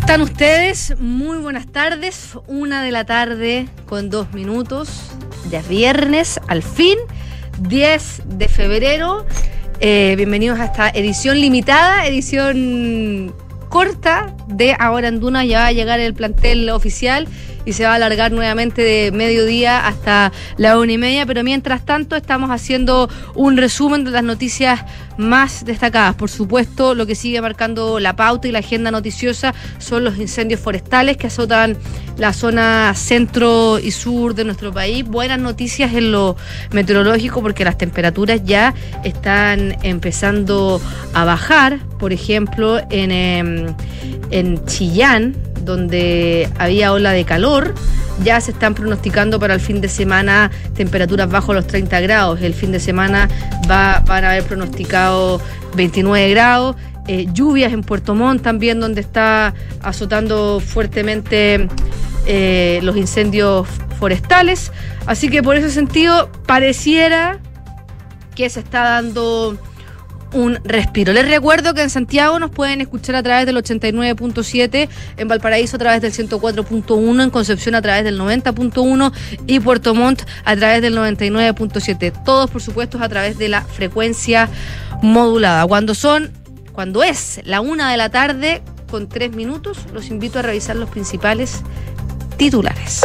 están ustedes? Muy buenas tardes, 1:00 con 2 minutos, ya es viernes, al fin, 10 de febrero. Bienvenidos a esta edición limitada, edición corta de Ahora en Duna. Ya va a llegar el plantel oficial y se va a alargar nuevamente de mediodía hasta la 1:30, pero mientras tanto estamos haciendo un resumen de las noticias más destacadas. Por supuesto, lo que sigue marcando la pauta y la agenda noticiosa son los incendios forestales que azotan la zona centro y sur de nuestro país. Buenas noticias en lo meteorológico porque las temperaturas ya están empezando a bajar. Por ejemplo, en Chillán, donde había ola de calor, ya se están pronosticando para el fin de semana temperaturas bajo los 30 grados. El fin de semana van a haber pronosticado 29 grados. Lluvias en Puerto Montt también, donde está azotando fuertemente los incendios forestales. Así que por ese sentido pareciera que se está dando un respiro. Les recuerdo que en Santiago nos pueden escuchar a través del 89.7, en Valparaíso a través del 104.1, en Concepción a través del 90.1 y Puerto Montt a través del 99.7. Todos, por supuesto, a través de la frecuencia modulada. Cuando es la 1:00 con 3 minutos, los invito a revisar los principales titulares.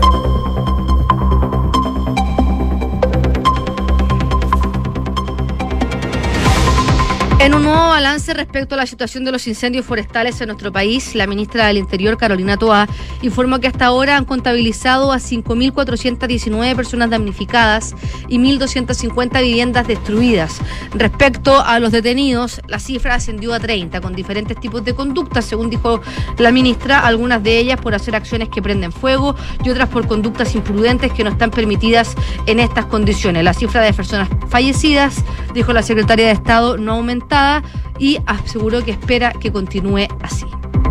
En un nuevo balance respecto a la situación de los incendios forestales en nuestro país, la ministra del Interior, Carolina Toá, informó que hasta ahora han contabilizado a 5.419 personas damnificadas y 1.250 viviendas destruidas. Respecto a los detenidos, la cifra ascendió a 30, con diferentes tipos de conductas, según dijo la ministra, algunas de ellas por hacer acciones que prenden fuego y otras por conductas imprudentes que no están permitidas en estas condiciones. La cifra de personas fallecidas, dijo la secretaria de Estado, no aumentada y aseguró que espera que continúe así.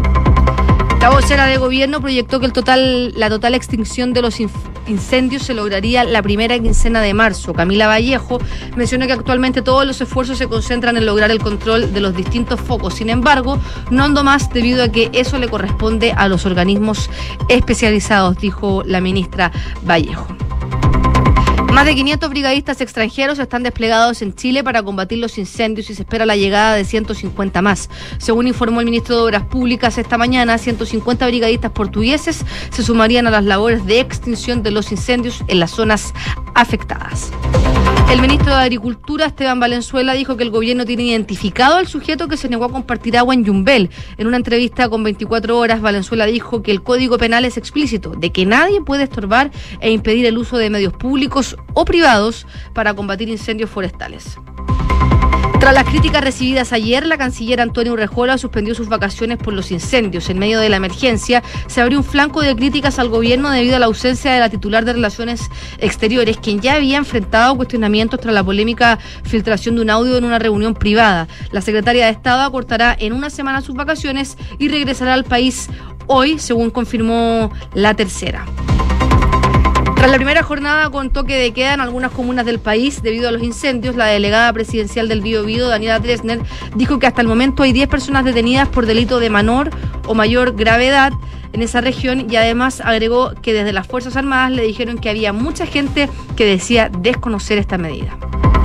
La vocera de gobierno proyectó que la total extinción de los incendios se lograría la primera quincena de marzo. Camila Vallejo mencionó que actualmente todos los esfuerzos se concentran en lograr el control de los distintos focos. Sin embargo, no ando más debido a que eso le corresponde a los organismos especializados, dijo la ministra Vallejo. Más de 500 brigadistas extranjeros están desplegados en Chile para combatir los incendios y se espera la llegada de 150 más. Según informó el ministro de Obras Públicas esta mañana, 150 brigadistas portugueses se sumarían a las labores de extinción de los incendios en las zonas afectadas. El ministro de Agricultura, Esteban Valenzuela, dijo que el gobierno tiene identificado al sujeto que se negó a compartir agua en Yumbel. En una entrevista con 24 horas, Valenzuela dijo que el Código Penal es explícito, de que nadie puede estorbar e impedir el uso de medios públicos o privados para combatir incendios forestales. Tras las críticas recibidas ayer, la canciller Antonio Urrejola suspendió sus vacaciones por los incendios. En medio de la emergencia, se abrió un flanco de críticas al gobierno debido a la ausencia de la titular de Relaciones Exteriores, quien ya había enfrentado cuestionamientos tras la polémica filtración de un audio en una reunión privada. La secretaria de Estado acortará en una semana sus vacaciones y regresará al país hoy, según confirmó La Tercera. Tras la primera jornada con toque de queda en algunas comunas del país debido a los incendios, la delegada presidencial del Biobío, Daniela Dresner, dijo que hasta el momento hay 10 personas detenidas por delito de menor o mayor gravedad en esa región y además agregó que desde las Fuerzas Armadas le dijeron que había mucha gente que decía desconocer esta medida.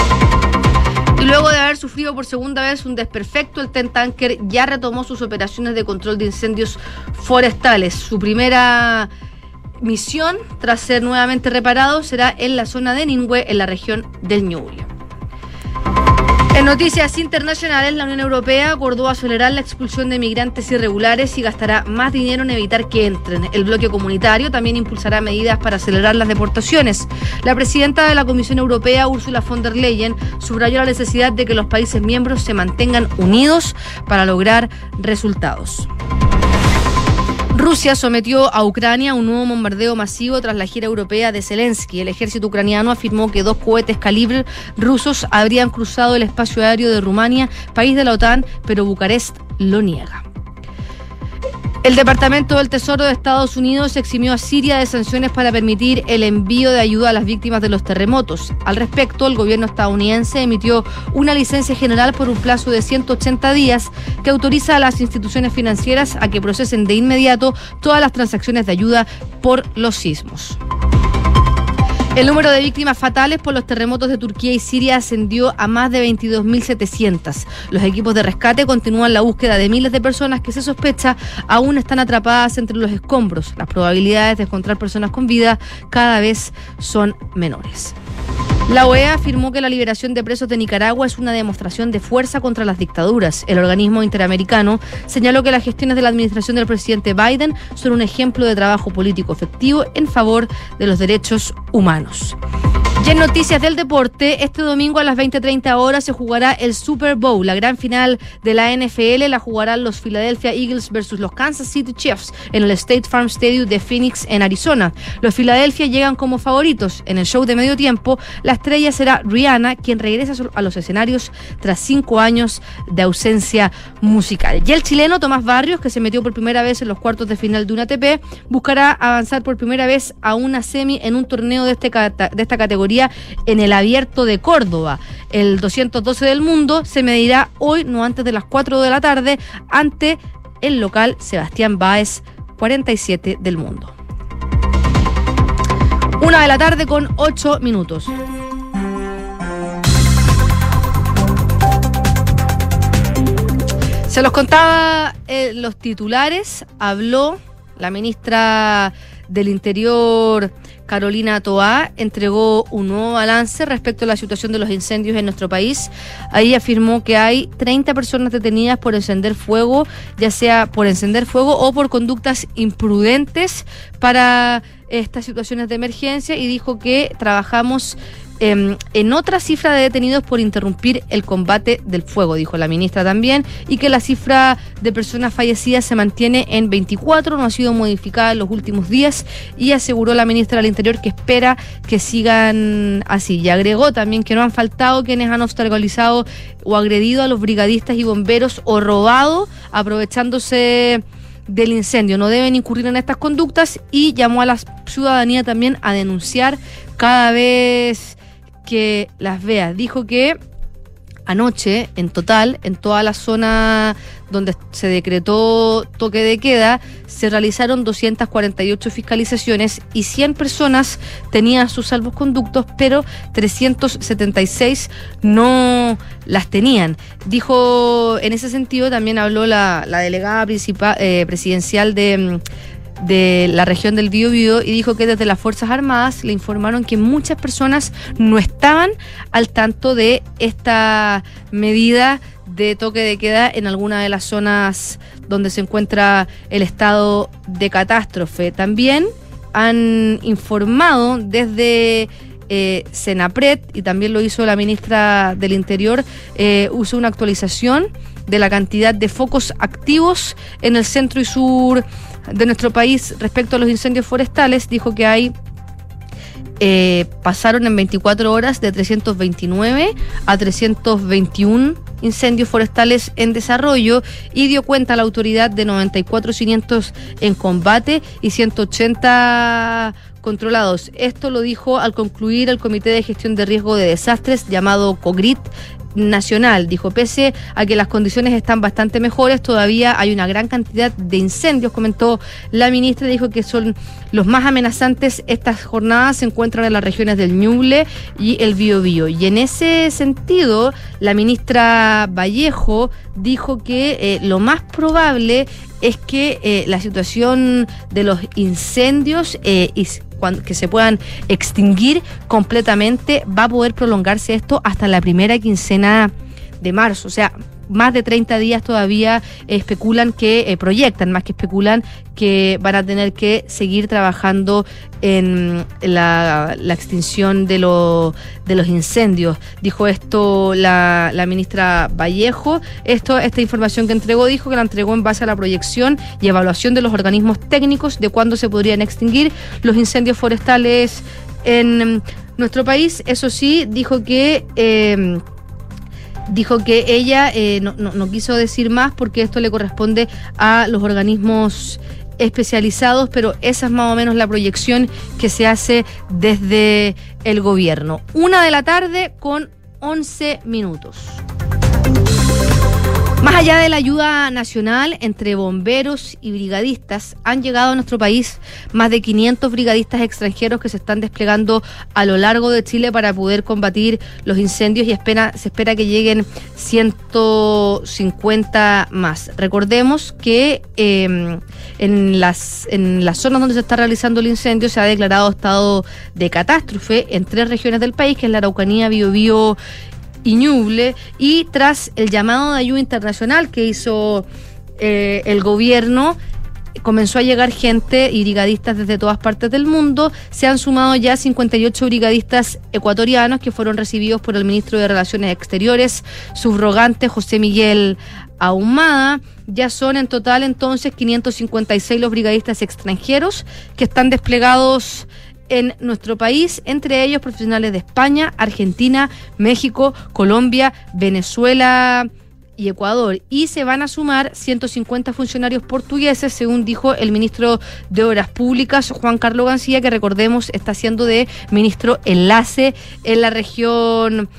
Y luego de haber sufrido por segunda vez un desperfecto, el TEN Tanker ya retomó sus operaciones de control de incendios forestales. Su primera misión, tras ser nuevamente reparado, será en la zona de Ningüe, en la región del Ñuble. En noticias internacionales, la Unión Europea acordó acelerar la expulsión de migrantes irregulares y gastará más dinero en evitar que entren. El bloque comunitario también impulsará medidas para acelerar las deportaciones. La presidenta de la Comisión Europea, Ursula von der Leyen, subrayó la necesidad de que los países miembros se mantengan unidos para lograr resultados. Rusia sometió a Ucrania a un nuevo bombardeo masivo tras la gira europea de Zelensky. El ejército ucraniano afirmó que 2 cohetes calibre rusos habrían cruzado el espacio aéreo de Rumania, país de la OTAN, pero Bucarest lo niega. El Departamento del Tesoro de Estados Unidos eximió a Siria de sanciones para permitir el envío de ayuda a las víctimas de los terremotos. Al respecto, el gobierno estadounidense emitió una licencia general por un plazo de 180 días que autoriza a las instituciones financieras a que procesen de inmediato todas las transacciones de ayuda por los sismos. El número de víctimas fatales por los terremotos de Turquía y Siria ascendió a más de 22.700. Los equipos de rescate continúan la búsqueda de miles de personas que se sospecha aún están atrapadas entre los escombros. Las probabilidades de encontrar personas con vida cada vez son menores. La OEA afirmó que la liberación de presos de Nicaragua es una demostración de fuerza contra las dictaduras. El organismo interamericano señaló que las gestiones de la administración del presidente Biden son un ejemplo de trabajo político efectivo en favor de los derechos humanos. Y en noticias del deporte, este domingo a las 20:30 horas se jugará el Super Bowl. La gran final de la NFL la jugarán los Philadelphia Eagles versus los Kansas City Chiefs en el State Farm Stadium de Phoenix, en Arizona. Los Philadelphia llegan como favoritos. En el show de medio tiempo, la estrella será Rihanna, quien regresa a los escenarios tras 5 años de ausencia musical. Y el chileno Tomás Barrios, que se metió por primera vez en los cuartos de final de una ATP, buscará avanzar por primera vez a una semi en un torneo de esta categoría en el Abierto de Córdoba. El 212 del mundo se medirá hoy, no antes de las 4 de la tarde, ante el local Sebastián Báez, 47 del mundo. 1 de la tarde con 8 minutos. Se los contaba los titulares. Habló la ministra del Interior, Carolina Toá, entregó un nuevo balance respecto a la situación de los incendios en nuestro país. Ahí afirmó que hay 30 personas detenidas por encender fuego, ya sea por encender fuego o por conductas imprudentes para estas situaciones de emergencia, y dijo que trabajamos en otra cifra de detenidos por interrumpir el combate del fuego, dijo la ministra también, y que la cifra de personas fallecidas se mantiene en 24, no ha sido modificada en los últimos días, y aseguró la ministra del Interior que espera que sigan así. Y agregó también que no han faltado quienes han obstaculizado o agredido a los brigadistas y bomberos o robado aprovechándose del incendio. No deben incurrir en estas conductas, y llamó a la ciudadanía también a denunciar cada vez que las vea. Dijo que anoche, en total, en toda la zona donde se decretó toque de queda, se realizaron 248 fiscalizaciones y 100 personas tenían sus salvoconductos, pero 376 no las tenían. Dijo, en ese sentido, también habló la delegada presidencial de la región del Biobío, y dijo que desde las Fuerzas Armadas le informaron que muchas personas no estaban al tanto de esta medida de toque de queda en alguna de las zonas donde se encuentra el estado de catástrofe. También han informado desde Senapred, y también lo hizo la ministra del Interior, usó una actualización de la cantidad de focos activos en el centro y sur de nuestro país respecto a los incendios forestales. Dijo que hay pasaron en 24 horas de 329 a 321 incendios forestales en desarrollo, y dio cuenta a la autoridad de 94 cimientos en combate y 180 controlados. Esto lo dijo al concluir el Comité de Gestión de Riesgo de Desastres, llamado COGRIT nacional. Dijo, pese a que las condiciones están bastante mejores, todavía hay una gran cantidad de incendios, comentó la ministra. Dijo que son los más amenazantes. Estas jornadas se encuentran en las regiones del Ñuble y el Biobío. Y en ese sentido, la ministra Vallejo dijo que lo más probable es que la situación de los incendios que se puedan extinguir completamente va a poder prolongarse esto hasta la primera quincena de marzo. O sea, más de 30 días todavía especulan que, proyectan más que especulan, que van a tener que seguir trabajando en la extinción de los incendios. Dijo esto la ministra Vallejo. Esta información que entregó, dijo que la entregó en base a la proyección y evaluación de los organismos técnicos de cuándo se podrían extinguir los incendios forestales en nuestro país. Eso sí, dijo que dijo que ella no quiso decir más porque esto le corresponde a los organismos especializados, pero esa es más o menos la proyección que se hace desde el gobierno. 1:00 con 11 minutos. Más allá de la ayuda nacional, entre bomberos y brigadistas, han llegado a nuestro país más de 500 brigadistas extranjeros que se están desplegando a lo largo de Chile para poder combatir los incendios y se espera que lleguen 150 más. Recordemos que en las zonas donde se está realizando el incendio se ha declarado estado de catástrofe en 3 regiones del país, que es la Araucanía, Biobío y Ñuble, y tras el llamado de ayuda internacional que hizo el gobierno, comenzó a llegar gente y brigadistas desde todas partes del mundo. Se han sumado ya 58 brigadistas ecuatorianos que fueron recibidos por el ministro de Relaciones Exteriores, subrogante José Miguel Ahumada. Ya son en total entonces 556 los brigadistas extranjeros que están desplegados en nuestro país, entre ellos profesionales de España, Argentina, México, Colombia, Venezuela y Ecuador. Y se van a sumar 150 funcionarios portugueses, según dijo el ministro de Obras Públicas, Juan Carlos García, que recordemos está siendo de ministro enlace en la región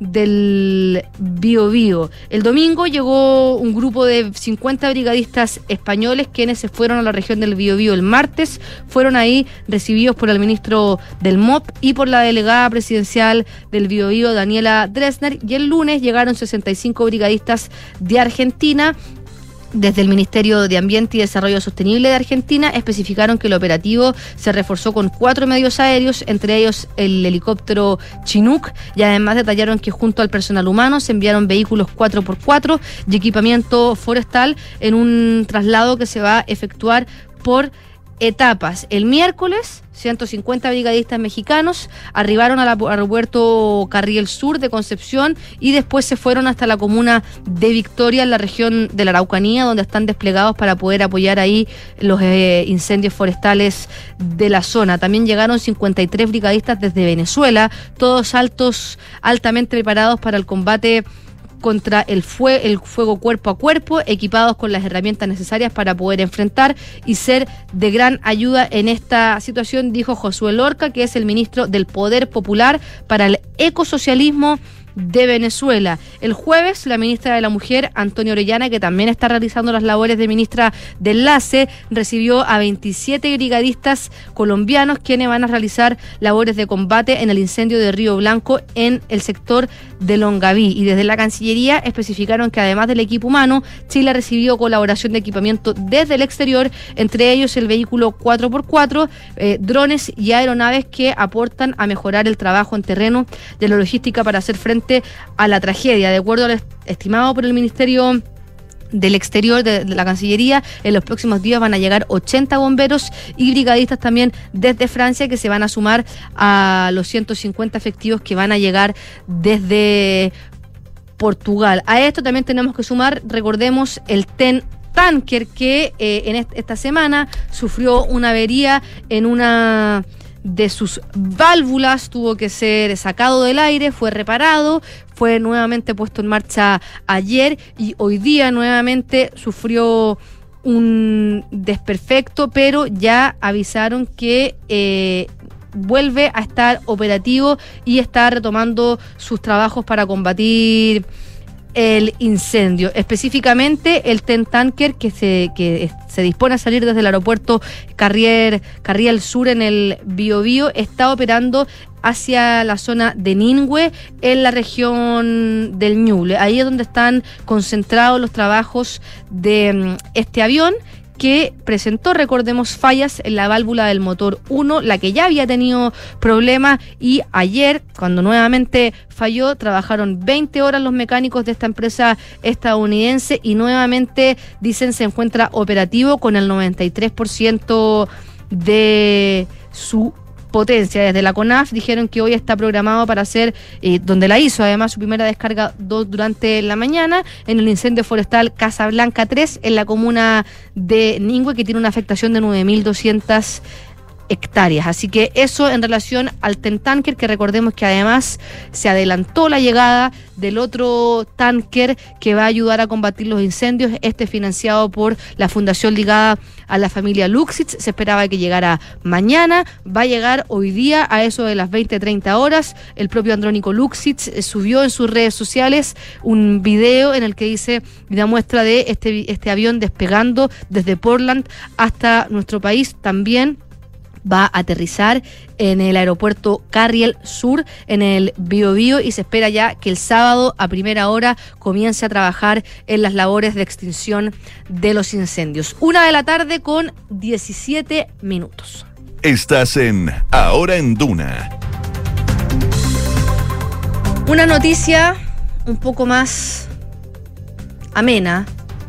del Biobío. El domingo llegó un grupo de 50 brigadistas españoles quienes se fueron a la región del Biobío el martes. Fueron ahí recibidos por el ministro del MOP y por la delegada presidencial del Biobío, Daniela Dresner, y el lunes llegaron 65 brigadistas de Argentina. Desde el Ministerio de Ambiente y Desarrollo Sostenible de Argentina especificaron que el operativo se reforzó con 4 medios aéreos, entre ellos el helicóptero Chinook, y además detallaron que junto al personal humano se enviaron vehículos 4x4 y equipamiento forestal en un traslado que se va a efectuar por etapas. El miércoles, 150 brigadistas mexicanos arribaron al aeropuerto Carriel Sur de Concepción y después se fueron hasta la comuna de Victoria, en la región de la Araucanía, donde están desplegados para poder apoyar ahí los incendios forestales de la zona. También llegaron 53 brigadistas desde Venezuela, todos altamente preparados para el combate contra el fuego cuerpo a cuerpo, equipados con las herramientas necesarias para poder enfrentar y ser de gran ayuda en esta situación, dijo Josué Lorca, que es el ministro del Poder Popular para el Ecosocialismo de Venezuela. El jueves, la ministra de la Mujer, Antonia Orellana, que también está realizando las labores de ministra de enlace, recibió a 27 brigadistas colombianos quienes van a realizar labores de combate en el incendio de Río Blanco en el sector de Longaví. Y desde la Cancillería especificaron que además del equipo humano, Chile ha recibido colaboración de equipamiento desde el exterior, entre ellos el vehículo 4x4, drones y aeronaves que aportan a mejorar el trabajo en terreno de la logística para hacer frente a la tragedia. De acuerdo al estimado por el Ministerio del Exterior de la Cancillería, en los próximos días van a llegar 80 bomberos y brigadistas también desde Francia, que se van a sumar a los 150 efectivos que van a llegar desde Portugal. A esto también tenemos que sumar, recordemos, el tanker que en esta semana sufrió una avería en una de sus válvulas, tuvo que ser sacado del aire, fue reparado, fue nuevamente puesto en marcha ayer y hoy día nuevamente sufrió un desperfecto, pero ya avisaron que vuelve a estar operativo y está retomando sus trabajos para combatir el incendio. Específicamente el tanker que se dispone a salir desde el aeropuerto Carriel Sur en el Biobío está operando hacia la zona de Ningüe en la región del Ñuble. Ahí es donde están concentrados los trabajos de este avión, que presentó, recordemos, fallas en la válvula del motor 1, la que ya había tenido problemas, y ayer, cuando nuevamente falló, trabajaron 20 horas los mecánicos de esta empresa estadounidense y nuevamente, dicen, se encuentra operativo con el 93% de su potencia. Desde la CONAF dijeron que hoy está programado para hacer, donde la hizo además su primera descarga durante la mañana, en el incendio forestal Casablanca 3 en la comuna de Ningüe, que tiene una afectación de 9.200 hectáreas. Así que eso en relación al tanker, que recordemos que además se adelantó la llegada del otro tanker que va a ayudar a combatir los incendios, financiado por la fundación ligada a la familia Luxitz. Se esperaba que llegara mañana, va a llegar hoy día a eso de las 20:30 horas. El propio Andrónico Luxitz subió en sus redes sociales un video en el que dice una muestra de este avión despegando desde Portland hasta nuestro país. También va a aterrizar en el aeropuerto Carriel Sur, en el Biobío, y se espera ya que el sábado a primera hora comience a trabajar en las labores de extinción de los incendios. 1:00 con 17 minutos. Estás en Ahora en Duna. Una noticia un poco más amena,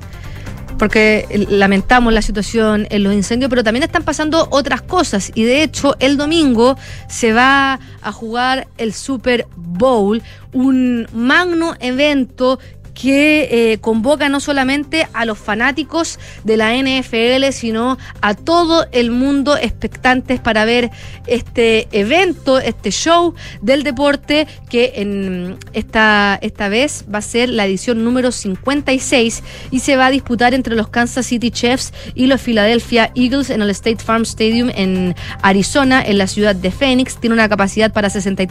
porque lamentamos la situación en los incendios, pero también están pasando otras cosas, y de hecho el domingo se va a jugar el Super Bowl, un magno evento que convoca no solamente a los fanáticos de la NFL, sino a todo el mundo expectantes para ver este evento, este show del deporte, que en esta vez va a ser la edición número 56 y se va a disputar entre los Kansas City Chiefs y los Philadelphia Eagles en el State Farm Stadium en Arizona, en la ciudad de Phoenix. Tiene una capacidad para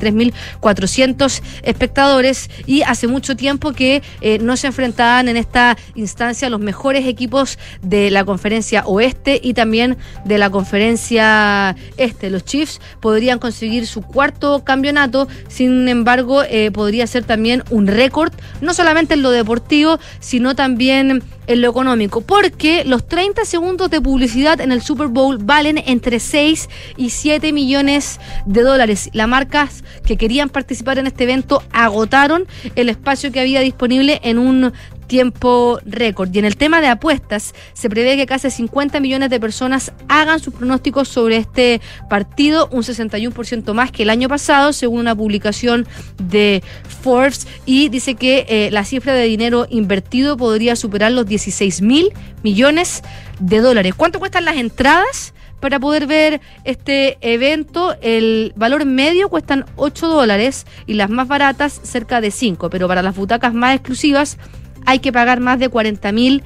63.400 espectadores, y hace mucho tiempo que no se enfrentaban en esta instancia los mejores equipos de la conferencia oeste y también de la conferencia este. Los Chiefs podrían conseguir su cuarto campeonato, sin embargo podría ser también un récord, no solamente en lo deportivo, sino también en lo económico, porque los 30 segundos de publicidad en el Super Bowl valen entre 6 y 7 millones de dólares. Las marcas que querían participar en este evento agotaron el espacio que había disponible en un tiempo récord. Y en el tema de apuestas, se prevé que casi 50 millones de personas hagan sus pronósticos sobre este partido, un 61% más que el año pasado, según una publicación de Forbes, y dice que la cifra de dinero invertido podría superar los 16.000 millones de dólares. ¿Cuánto cuestan las entradas para poder ver este evento? El valor medio cuestan $8 y las más baratas cerca de 5, pero para las butacas más exclusivas hay que pagar más de $40.000.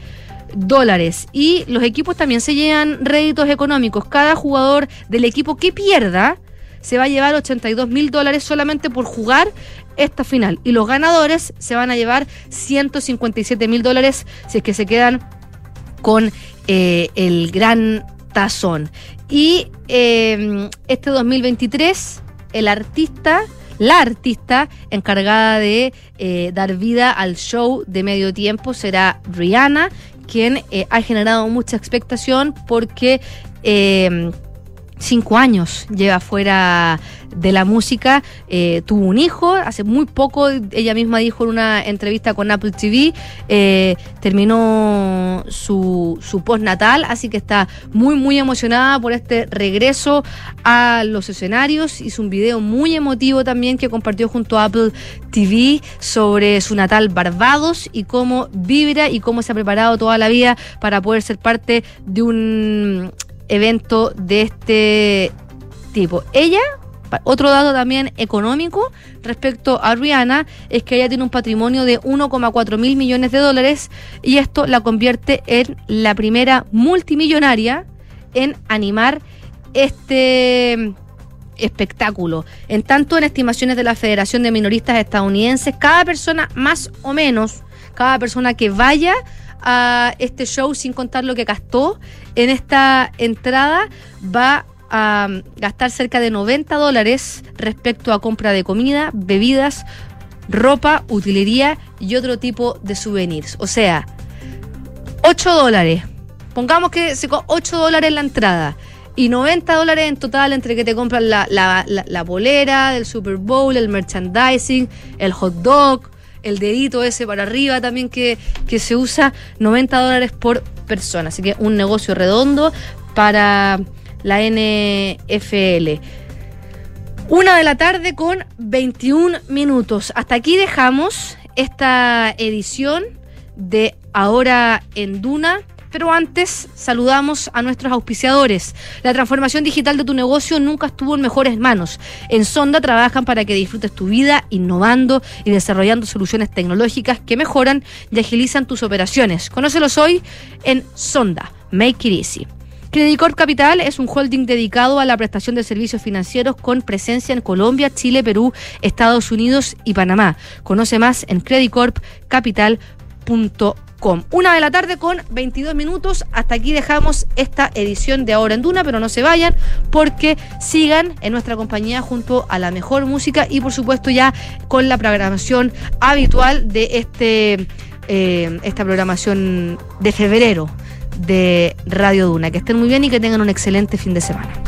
Y los equipos también se llevan réditos económicos. Cada jugador del equipo que pierda se va a llevar $82.000 solamente por jugar esta final, y los ganadores se van a llevar $157.000 si es que se quedan con el gran tazón. Y este 2023 la artista encargada de dar vida al show de medio tiempo será Rihanna, quien ha generado mucha expectación porque 5 años lleva fuera de la música, tuvo un hijo hace muy poco, ella misma dijo en una entrevista con Apple TV, terminó su postnatal, así que está muy muy emocionada por este regreso a los escenarios. Hizo un video muy emotivo también que compartió junto a Apple TV sobre su natal Barbados y cómo vibra y cómo se ha preparado toda la vida para poder ser parte de un evento de este tipo. Ella, otro dato también económico respecto a Rihanna, es que ella tiene un patrimonio de 1,4 mil millones de dólares, y esto la convierte en la primera multimillonaria en animar este espectáculo. En tanto, en estimaciones de la Federación de Minoristas Estadounidenses, cada persona que vaya a este show, sin contar lo que gastó en esta entrada, va a gastar cerca de $90 respecto a compra de comida, bebidas, ropa, utilería y otro tipo de souvenirs. O sea, $8. Pongamos que $8 en la entrada y $90 en total entre que te compran la polera del Super Bowl, el merchandising, el hot dog, el dedito ese para arriba también que se usa, $90 por persona. Así que un negocio redondo para la NFL. 1:00 con 21 minutos. Hasta aquí dejamos esta edición de Ahora en Duna. Pero antes, saludamos a nuestros auspiciadores. La transformación digital de tu negocio nunca estuvo en mejores manos. En Sonda trabajan para que disfrutes tu vida, innovando y desarrollando soluciones tecnológicas que mejoran y agilizan tus operaciones. Conócelos hoy en Sonda. Make it easy. Credit Corp Capital es un holding dedicado a la prestación de servicios financieros con presencia en Colombia, Chile, Perú, Estados Unidos y Panamá. Conoce más en creditcorpcapital.com. 1:22 p.m. Hasta aquí dejamos esta edición de Ahora en Duna, pero no se vayan porque sigan en nuestra compañía junto a la mejor música y por supuesto ya con la programación habitual de esta programación de febrero de Radio Duna. Que estén muy bien y que tengan un excelente fin de semana.